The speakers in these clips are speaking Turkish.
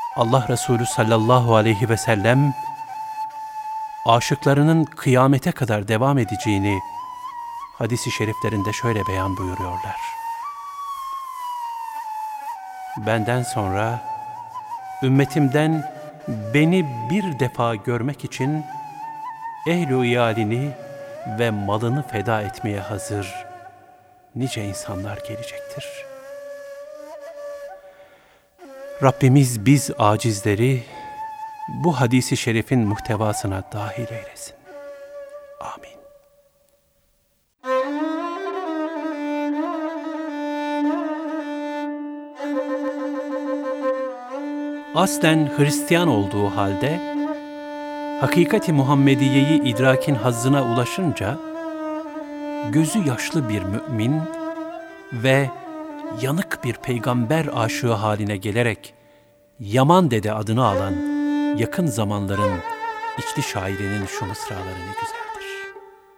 Allah Resulü sallallahu aleyhi ve sellem aşıklarının kıyamete kadar devam edeceğini hadis-i şeriflerinde şöyle beyan buyuruyorlar. Benden sonra ümmetimden beni bir defa görmek için ehl-i iyalini ve malını feda etmeye hazır nice insanlar gelecektir. Rabbimiz biz acizleri bu hadis-i şerifin muhtevasına dahil eylesin. Amin. Aslen Hristiyan olduğu halde hakikati Muhammediye'yi idrakin hazzına ulaşınca gözü yaşlı bir mümin ve yanık bir peygamber aşığı haline gelerek Yaman Dede adını alan yakın zamanların içli şairinin şu mısraları ne güzeldir.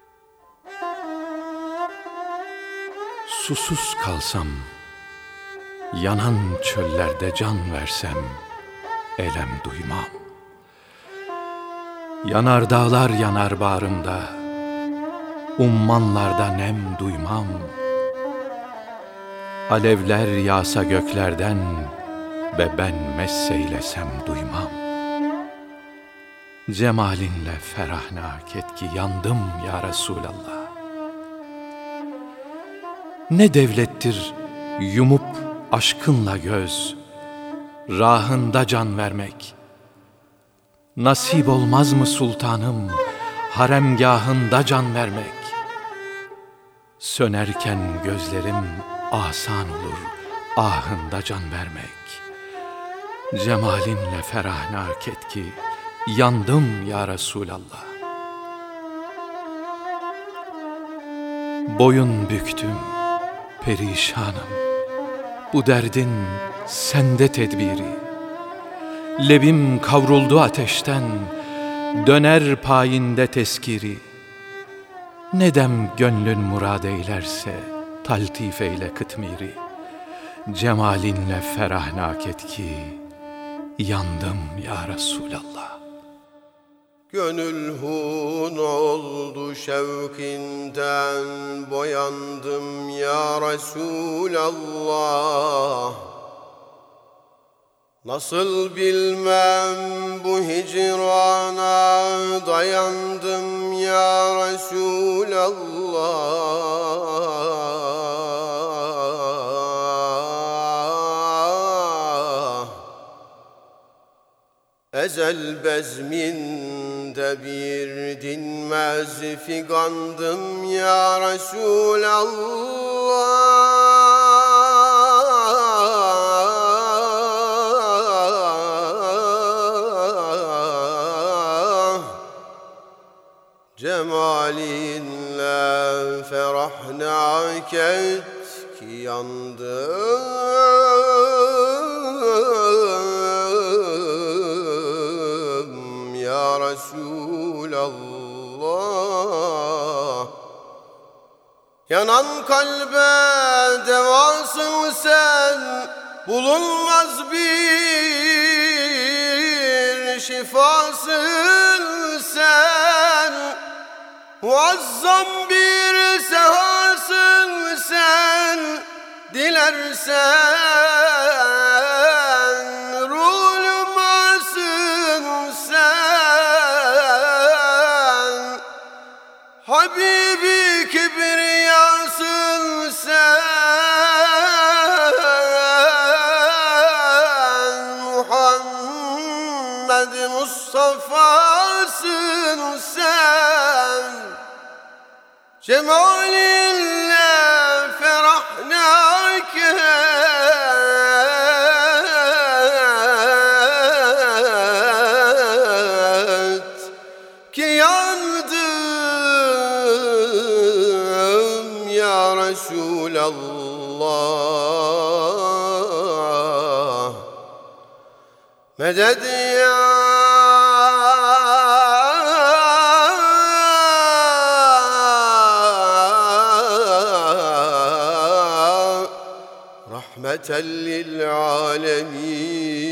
Susuz kalsam, yanan çöllerde can versem, elem duymam. Yanar dağlar yanar bağrımda, ummanlarda nem duymam. Alevler yağsa göklerden ve ben messeylesem duymam. Cemalinle ferahnak et ki yandım ya Resulallah. Ne devlettir yumup aşkınla göz, rahında can vermek. Nasip olmaz mı sultanım, haremgahında can vermek? Sönerken gözlerim asan olur, ahında can vermek. Cemalinle ferahnak et ki yandım ya Resulallah. Boyun büktüm, perişanım, bu derdin sende tedbiri. Lebim kavruldu ateşten, döner payinde teskiri. Ne dem gönlün murad eylerse, taltif eyle kıtmiri. Cemalinle ferahnak et ki yandım ya Resulallah. Gönül hun oldu şevkinden, boyandım ya Resulallah. Nasıl bilmem bu hicrana, dayandım ya Resulallah. Ezel bezminde bir dinmez figandım ya Resulallah. Cemalinle ferahnak et ki yandım ya Resulallah. Yanan kalbe devasın sen, bulunmaz bir şifasın sen. Muazzam bir sehasın sen, dilersen rulmasın sen. Habibi kibriyasın sen, Muhammed Mustafa'sın sen. Cemalinle ferahnak et ki yandım ya Resulallah. Medet ya rahmeten lil alemin.